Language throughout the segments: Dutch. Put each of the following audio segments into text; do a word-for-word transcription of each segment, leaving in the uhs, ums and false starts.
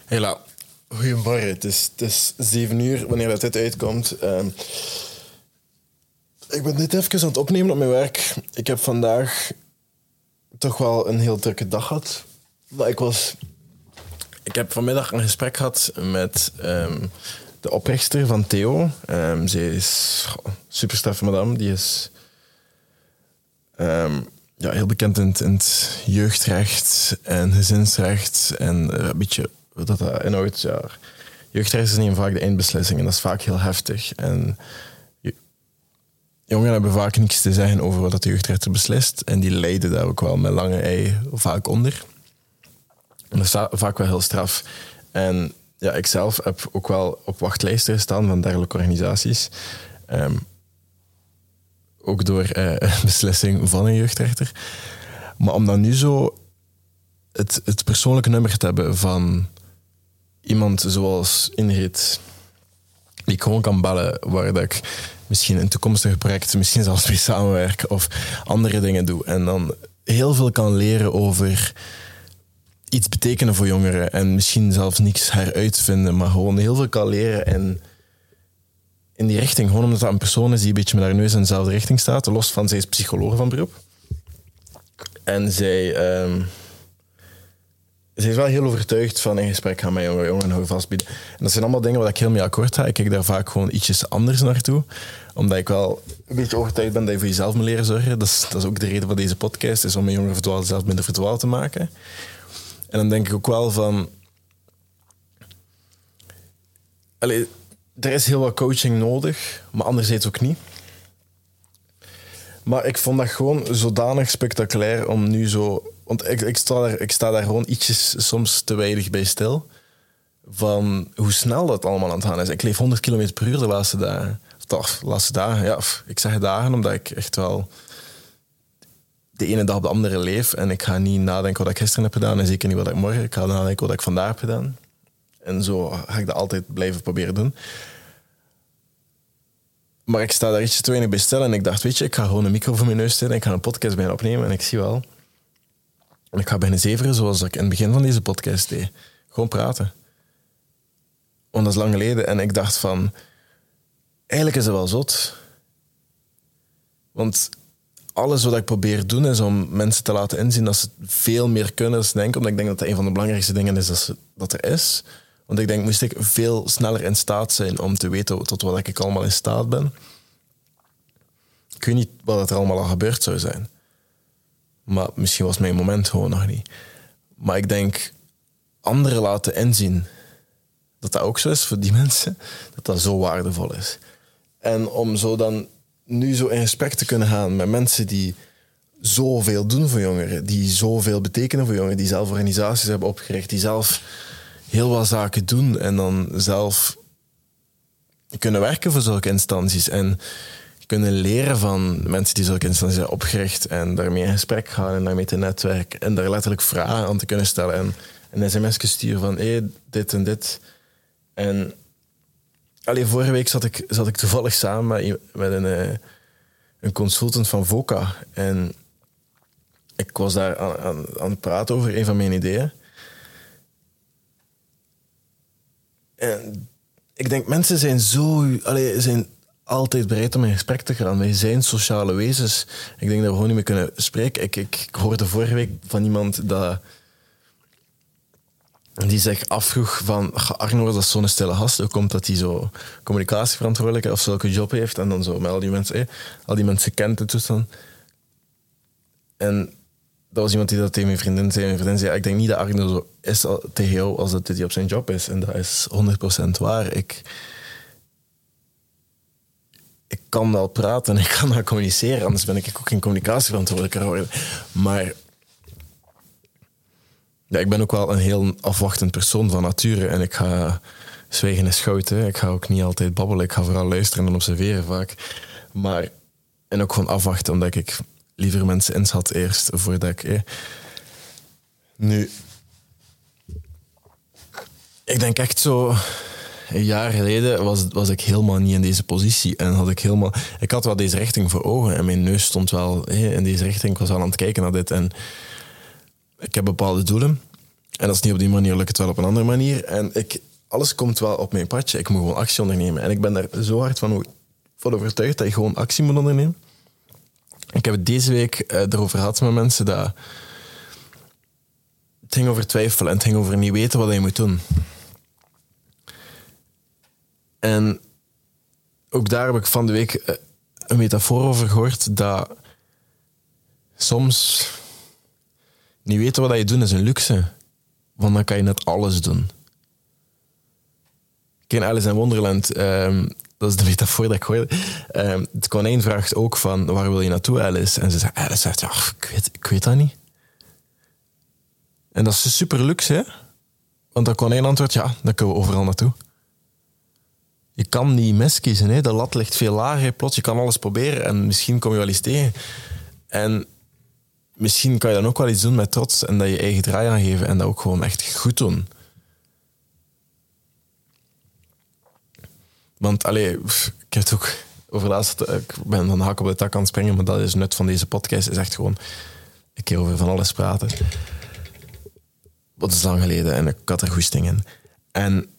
Hela, goedemorgen. Het is, het is zeven uur wanneer dat dit uitkomt. Uh, ik ben dit even aan het opnemen op mijn werk. Ik heb vandaag toch wel een heel drukke dag gehad. Maar ik was... Ik heb vanmiddag een gesprek gehad met um, de oprichter van Theo. Um, zij is oh, super straffe madame. Die is um, ja, heel bekend in het, in het jeugdrecht en gezinsrecht. En uh, een beetje wat dat inhoudt. Ja. Jeugdrecht is niet vaak de eindbeslissing en dat is vaak heel heftig. En jongeren hebben vaak niks te zeggen over wat de jeugdrechter beslist. En die lijden daar ook wel met lange ei vaak onder. En dat is vaak wel heel straf. En ja, ik zelf heb ook wel op wachtlijsten gestaan van dergelijke organisaties. Um, ook door uh, een beslissing van een jeugdrechter. Maar om dan nu zo het, het persoonlijke nummer te hebben van iemand zoals Ingrid, die ik gewoon kan bellen, waar dat ik misschien een toekomstig project, misschien zelfs mee samenwerk of andere dingen doe. En dan heel veel kan leren over iets betekenen voor jongeren en misschien zelfs niks heruitvinden, maar gewoon heel veel kan leren en in die richting. Gewoon omdat dat een persoon is die een beetje met haar neus in dezelfde richting staat, los van, zij is psycholoog van beroep. En zij, um, zij is wel heel overtuigd van in gesprek gaan met jongeren, jongeren houden vastbieden. En dat zijn allemaal dingen waar ik heel mee akkoord ga. Ik kijk daar vaak gewoon ietsjes anders naartoe, omdat ik wel een beetje overtuigd ben dat je voor jezelf moet leren zorgen. Dat is, dat is ook de reden van deze podcast, is om een jongeren verdwaald zelf minder verdwaald te maken. En dan denk ik ook wel van... Allee, er is heel wat coaching nodig, maar anderzijds ook niet. Maar ik vond dat gewoon zodanig spectaculair om nu zo... Want ik, ik, sta daar, ik sta daar gewoon ietsjes soms te weinig bij stil. Van hoe snel dat allemaal aan het gaan is. Ik leef honderd kilometer per uur de laatste dagen. Of toch, de laatste dagen, ja. Ik zeg dagen, omdat ik echt wel... de ene dag op de andere leef. En ik ga niet nadenken wat ik gisteren heb gedaan. En zeker niet wat ik morgen. Ik ga nadenken wat ik vandaag heb gedaan. En zo ga ik dat altijd blijven proberen doen. Maar ik sta daar ietsje te weinig bij stil. En ik dacht, weet je, ik ga gewoon een micro voor mijn neus stellen. Ik ga een podcast bijna opnemen. En ik zie wel... En ik ga bijna zeveren zoals ik in het begin van deze podcast deed. Gewoon praten. Want dat is lang geleden. En ik dacht van... Eigenlijk is het wel zot. Want... alles wat ik probeer te doen is om mensen te laten inzien dat ze veel meer kunnen dan ze denken. Omdat ik denk dat dat een van de belangrijkste dingen is dat, ze, dat er is. Want ik denk, moest ik veel sneller in staat zijn om te weten tot wat ik allemaal in staat ben. Ik weet niet wat er allemaal al gebeurd zou zijn. Maar misschien was mijn moment gewoon nog niet. Maar ik denk, anderen laten inzien dat dat ook zo is voor die mensen. Dat dat zo waardevol is. En om zo dan... nu zo in gesprek te kunnen gaan met mensen die zoveel doen voor jongeren, die zoveel betekenen voor jongeren, die zelf organisaties hebben opgericht, die zelf heel wat zaken doen en dan zelf kunnen werken voor zulke instanties en kunnen leren van mensen die zulke instanties hebben opgericht en daarmee in gesprek gaan en daarmee te netwerken en daar letterlijk vragen aan te kunnen stellen en een sms'je sturen van hé, hey, dit en dit. En allee, vorige week zat ik, zat ik toevallig samen met, met een, een consultant van VOCA. En ik was daar aan, aan, aan het praten over een van mijn ideeën. En ik denk, mensen zijn zo... Allee, zijn altijd bereid om in gesprek te gaan. Wij zijn sociale wezens. Ik denk dat we gewoon niet meer kunnen spreken. Ik, ik, ik hoorde vorige week van iemand dat... die zich afvroeg van... Arno was dat zo'n stille gast. Hoe komt dat hij zo communicatieverantwoordelijke of zulke job heeft? En dan zo met al die mensen... Eh, al die mensen kent het toestand. En dat was iemand die dat tegen mijn vriendin zei. Mijn vriendin zei... Ik denk niet dat Arno zo is tegen jou als dat hij op zijn job is. En dat is honderd procent waar. Ik... Ik kan wel praten en ik kan wel communiceren. Anders ben ik ook geen communicatieverantwoordelijke geworden. Maar... Ja, ik ben ook wel een heel afwachtend persoon van nature. En ik ga zwijgen is goud. Hè. Ik ga ook niet altijd babbelen. Ik ga vooral luisteren en observeren vaak. Maar, en ook gewoon afwachten, omdat ik liever mensen inschat eerst voordat ik... Eh. Nu... Ik denk echt zo... Een jaar geleden was, was ik helemaal niet in deze positie. En had ik helemaal... Ik had wel deze richting voor ogen. En mijn neus stond wel eh, in deze richting. Ik was wel aan het kijken naar dit. En... Ik heb bepaalde doelen. En als het niet op die manier lukt, het wel op een andere manier. En ik, alles komt wel op mijn padje. Ik moet gewoon actie ondernemen. En ik ben daar zo hard van, van overtuigd dat je gewoon actie moet ondernemen. Ik heb het deze week uh, erover gehad met mensen dat... Het ging over twijfelen en het ging over niet weten wat je moet doen. En ook daar heb ik van de week uh, een metafoor over gehoord dat soms niet weten wat je doet is een luxe. Want dan kan je net alles doen. Ken Alice in Wonderland, um, dat is de metafoor dat ik hoorde. Um, het konijn vraagt ook van, waar wil je naartoe, Alice? En ze zegt, Alice zegt, ja, ik weet, ik weet dat niet. En dat is super luxe, hè? Want dat konijn antwoordt, ja, dan kunnen we overal naartoe. Je kan niet miskiezen, hè? De lat ligt veel lager, plots, je kan alles proberen en misschien kom je wel eens tegen. En misschien kan je dan ook wel iets doen met trots en dat je eigen draai aangeven en dat ook gewoon echt goed doen. Want, allee, ik heb het ook over laatst, ik ben van de hak op de tak aan het springen, maar dat is het nut van deze podcast, is echt gewoon een keer over van alles praten. Wat is lang geleden en ik had er goesting in. En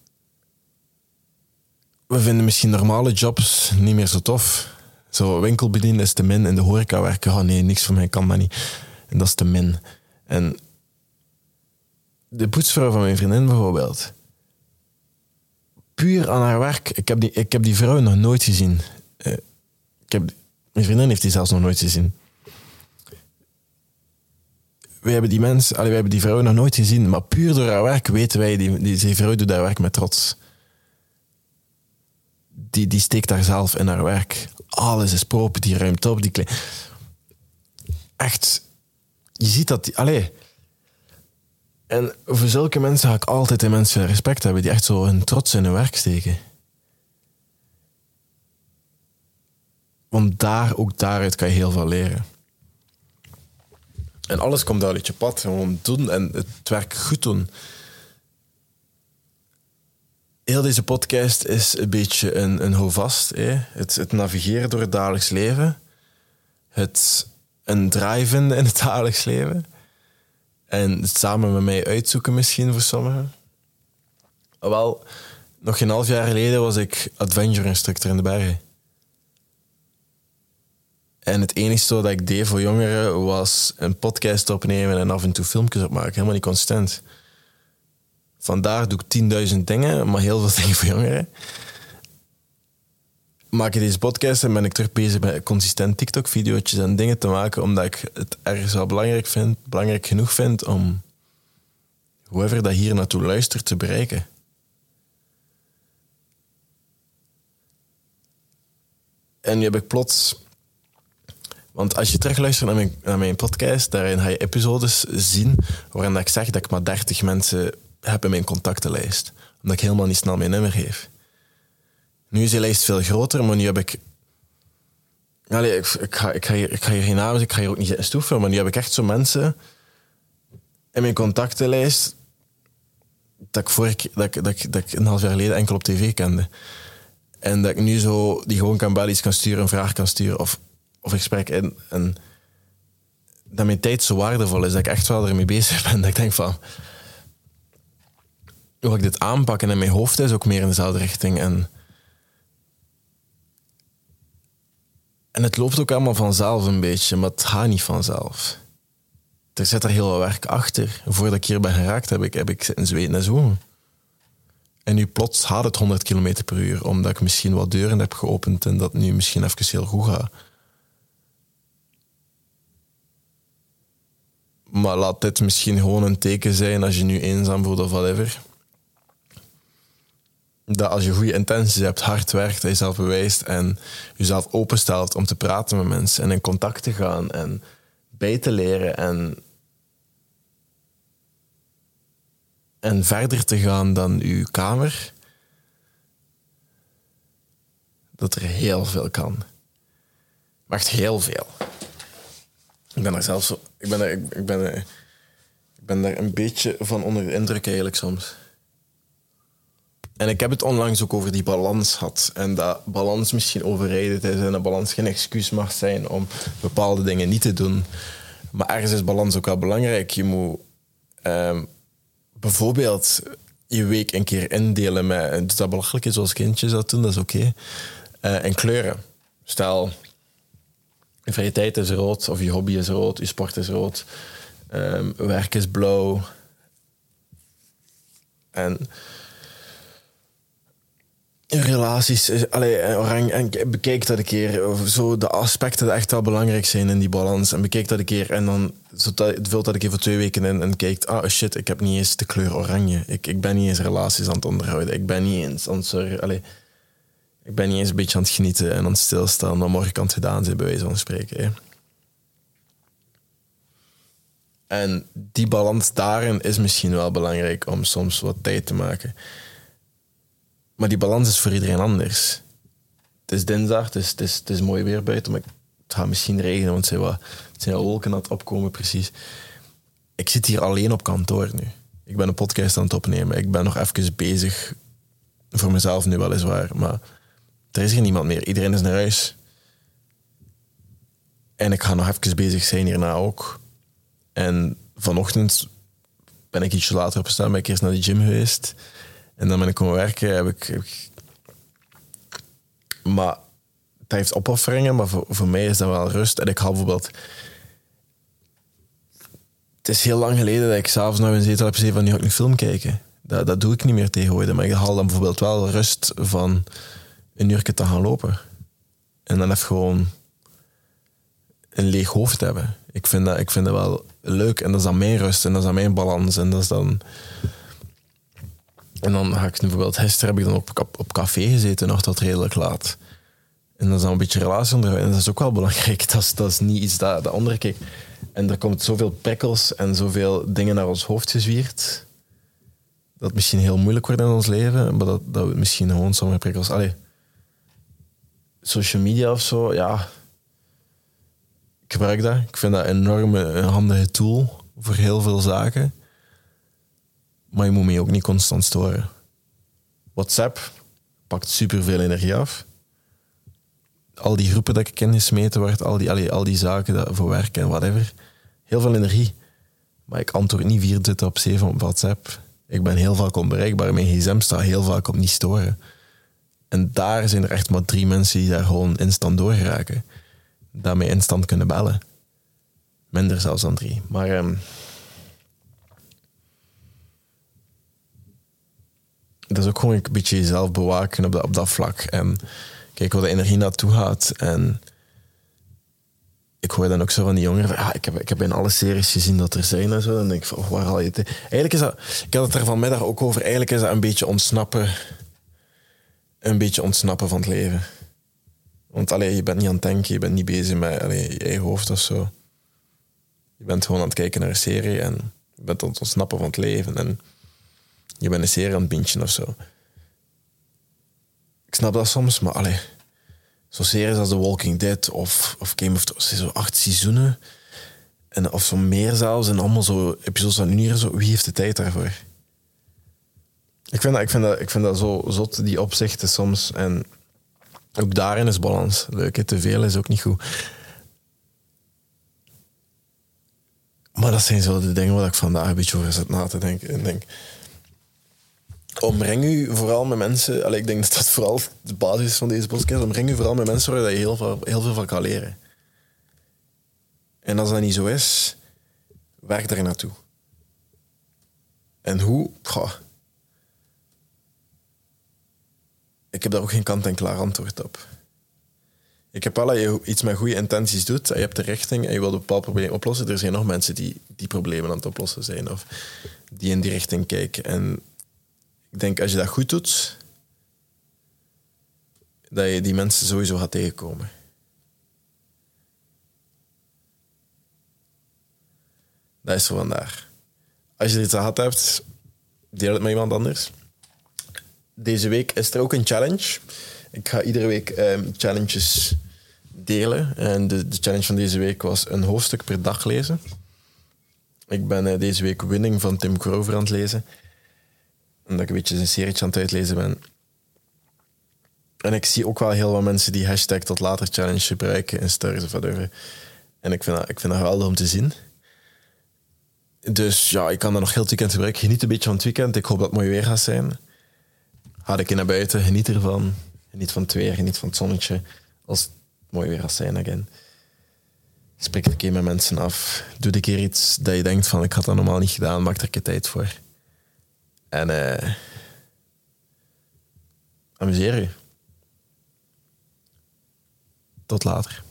we vinden misschien normale jobs niet meer zo tof. Zo winkelbedienen is te min, in de horeca werken, oh nee, niks voor mij kan dat niet. En dat is te min. En de poetsvrouw van mijn vriendin bijvoorbeeld, puur aan haar werk. Ik heb die, ik heb die vrouw nog nooit gezien. Uh, ik heb, mijn vriendin heeft die zelfs nog nooit gezien. Wij hebben die mens, allee, wij hebben die vrouw nog nooit gezien, maar puur door haar werk weten wij, die, die, die vrouw doet haar werk met trots. Die, die steekt daar zelf in haar werk. Alles is proper, die ruimt op, die kle- Echt, je ziet dat die, allee. En voor zulke mensen ga ik altijd in mensen respect hebben, die echt zo hun trots in hun werk steken. Want daar, ook daaruit kan je heel veel leren. En alles komt uit je pad. Gewoon doen en het werk goed doen. Heel deze podcast is een beetje een, een houvast. Eh? Het, het navigeren door het dagelijks leven. Het een draai vinden in het dagelijks leven. En het samen met mij uitzoeken misschien voor sommigen. Wel, nog geen half jaar geleden was ik adventure instructor in de bergen. En het enige wat ik deed voor jongeren was een podcast opnemen en af en toe filmpjes opmaken. Helemaal niet constant. Vandaar doe ik tienduizend dingen, maar heel veel dingen voor jongeren. Maak ik deze podcast en ben ik terug bezig met consistent TikTok-video's en dingen te maken, omdat ik het ergens wel belangrijk vind, belangrijk genoeg vind om whoever dat hier naartoe luistert te bereiken. En nu heb ik plots... Want als je terugluistert naar mijn, naar mijn podcast, daarin ga je episodes zien waarin dat ik zeg dat ik maar dertig mensen heb in mijn contactenlijst. Omdat ik helemaal niet snel mijn nummer geef. Nu is die lijst veel groter, maar nu heb ik... Allee, ik, ik, ga, ik, ga hier, ik ga hier geen namen, ik ga hier ook niet zitten stoeven, maar nu heb ik echt zo mensen in mijn contactenlijst dat ik, vorig, dat, ik, dat, ik, dat ik een half jaar geleden enkel op tv kende. En dat ik nu zo die gewoon kan bellen, iets kan sturen, een vraag kan sturen of... of gesprek in. En dat mijn tijd zo waardevol is, dat ik echt wel ermee bezig ben. Dat ik denk van... Hoe ik dit aanpak en in mijn hoofd is ook meer in dezelfde richting. En, en het loopt ook allemaal vanzelf een beetje, maar het gaat niet vanzelf. Er zit er heel wat werk achter. Voordat ik hier ben geraakt, heb ik, heb ik in zweten en zo. En nu plots gaat het honderd kilometer per uur, omdat ik misschien wat deuren heb geopend en dat nu misschien even heel goed gaat. Maar laat dit misschien gewoon een teken zijn als je nu eenzaam voelt of whatever. Dat als je goede intenties hebt, hard werkt, dat je jezelf bewijst en jezelf openstelt om te praten met mensen en in contact te gaan en bij te leren en, en verder te gaan dan uw kamer, dat er heel veel kan. Maar echt heel veel. Ik ben daar zelf zo... Ik ben daar, ik, ik ben, ik ben daar een beetje van onder de indruk eigenlijk soms. En ik heb het onlangs ook over die balans gehad. En dat balans misschien overrijdend is en dat balans geen excuus mag zijn om bepaalde dingen niet te doen. Maar ergens is balans ook wel belangrijk. Je moet... Um, bijvoorbeeld je week een keer indelen met... Dus dat belachelijk is zoals kindjes dat doen, dat is oké. Okay. Uh, en kleuren. Stel, je vrije tijd is rood, of je hobby is rood, je sport is rood, um, werk is blauw. En... relaties, allee, oranje, en bekijk dat een keer. Zo de aspecten die echt wel belangrijk zijn in die balans. En bekijk dat een keer en dan vult dat een keer voor twee weken in en kijkt, ah shit, ik heb niet eens de kleur oranje. Ik, ik ben niet eens relaties aan het onderhouden. Ik ben niet eens aan het zorgen. Allee, ik ben niet eens een beetje aan het genieten en aan het stilstaan. Dan morgen kan het gedaan zijn, bij wijze van spreken. Hè. En die balans daarin is misschien wel belangrijk om soms wat tijd te maken. Maar die balans is voor iedereen anders. Het is dinsdag, het is, het is, het is mooi weer buiten, maar het gaat misschien regenen, want het zijn, wat, het zijn wolken aan het opkomen, precies. Ik zit hier alleen op kantoor nu. Ik ben een podcast aan het opnemen. Ik ben nog even bezig, voor mezelf nu weliswaar, maar er is hier niemand meer. Iedereen is naar huis. En ik ga nog even bezig zijn hierna ook. En vanochtend ben ik ietsje later opgestaan, ben ik eerst naar de gym geweest. En dan ben ik komen werken, heb ik... Heb ik... Maar het heeft opofferingen, maar voor, voor mij is dat wel rust. En ik haal bijvoorbeeld... Het is heel lang geleden dat ik s'avonds naar een zetel heb gezegd van nu ga ik een film kijken. Dat, dat doe ik niet meer tegenwoordig. Maar ik haal dan bijvoorbeeld wel rust van een uurtje te gaan lopen. En dan even gewoon een leeg hoofd hebben. Ik vind dat, ik vind dat wel leuk. En dat is dan mijn rust en dat is dan mijn balans. En dat is dan... En dan ga ik bijvoorbeeld, gisteren heb ik dan op, op, op café gezeten, nog tot redelijk laat. En dat is dan een beetje relatie onderhouden. En dat is ook wel belangrijk. Dat is, dat is niet iets dat de andere kijkt. En er komt zoveel prikkels en zoveel dingen naar ons hoofd gezwierd. Dat het misschien heel moeilijk wordt in ons leven. Maar dat, dat we misschien gewoon sommige prikkels... Allee, social media of zo, ja. Ik gebruik dat. Ik vind dat een enorme handige tool voor heel veel zaken. Maar je moet me ook niet constant storen. WhatsApp pakt superveel energie af. Al die groepen dat ik in gesmeten word, al die, allee, al die zaken dat, voor werk en whatever. Heel veel energie. Maar ik antwoord niet vierentwintig op zeven op WhatsApp. Ik ben heel vaak onbereikbaar. Mijn gsm staat heel vaak op niet storen. En daar zijn er echt maar drie mensen die daar gewoon instant doorgeraken. Dat mij instant kunnen bellen. Minder zelfs dan drie. Maar... Um, dat is ook gewoon een beetje jezelf bewaken op dat, op dat vlak. En kijk waar de energie naartoe gaat. En ik hoor dan ook zo van die jongeren... Van, ah, ik, heb, ik heb in alle series gezien dat er zijn en zo. En dan denk ik van, oh, waar haal je het? Eigenlijk is dat... Ik had het er vanmiddag ook over. Eigenlijk is dat een beetje ontsnappen... Een beetje ontsnappen van het leven. Want allee, je bent niet aan het denken. Je bent niet bezig met allee, je eigen hoofd of zo. Je bent gewoon aan het kijken naar een serie. En je bent aan het ontsnappen van het leven. En... Je bent een serie aan het bintjen of zo. Ik snap dat soms, maar allee, zo'n series als The Walking Dead of, of Game of Thrones, zo acht seizoenen. En, of zo meer zelfs, en allemaal zo episodes van een uur. Zo. Wie heeft de tijd daarvoor? Ik vind dat, ik vind dat, ik vind dat zo zot, die opzichten soms. En ook daarin is balans. Leuk, hè? Te veel is ook niet goed. Maar dat zijn zo de dingen waar ik vandaag een beetje over zit na te denken. En denk... Omring u vooral met mensen... Allee, ik denk dat dat vooral de basis is van deze podcast. Omring u vooral met mensen waar je heel veel, heel veel van kan leren. En als dat niet zo is, werk daar naartoe. En hoe? Goh. Ik heb daar ook geen kant-en-klaar antwoord op. Ik heb wel dat je iets met goede intenties doet, en je hebt de richting en je wilt een bepaald probleem oplossen. Er zijn nog mensen die die problemen aan het oplossen zijn of die in die richting kijken. En ik denk, als je dat goed doet, dat je die mensen sowieso gaat tegenkomen. Dat is zo vandaar. Als je er iets aan gehad hebt, deel het met iemand anders. Deze week is er ook een challenge. Ik ga iedere week um, challenges delen. En de, de challenge van deze week was een hoofdstuk per dag lezen. Ik ben uh, deze week Winning van Tim Grover aan het lezen. Omdat ik een beetje een serietje aan het uitlezen ben. En ik zie ook wel heel wat mensen die hashtag tot later challenge gebruiken in stories of whatever. En ik vind dat, ik vind dat geweldig om te zien. Dus ja, ik kan dat nog heel het weekend gebruiken. Geniet een beetje van het weekend. Ik hoop dat het mooi weer gaat zijn. Ga ik in naar buiten, geniet ervan. Geniet van het weer, geniet van het zonnetje. Als het mooi weer gaat zijn, again. Spreek een keer met mensen af. Doe een keer iets dat je denkt van, ik had dat normaal niet gedaan. Maak er een keer tijd voor. En uh, amuseer je. Tot later.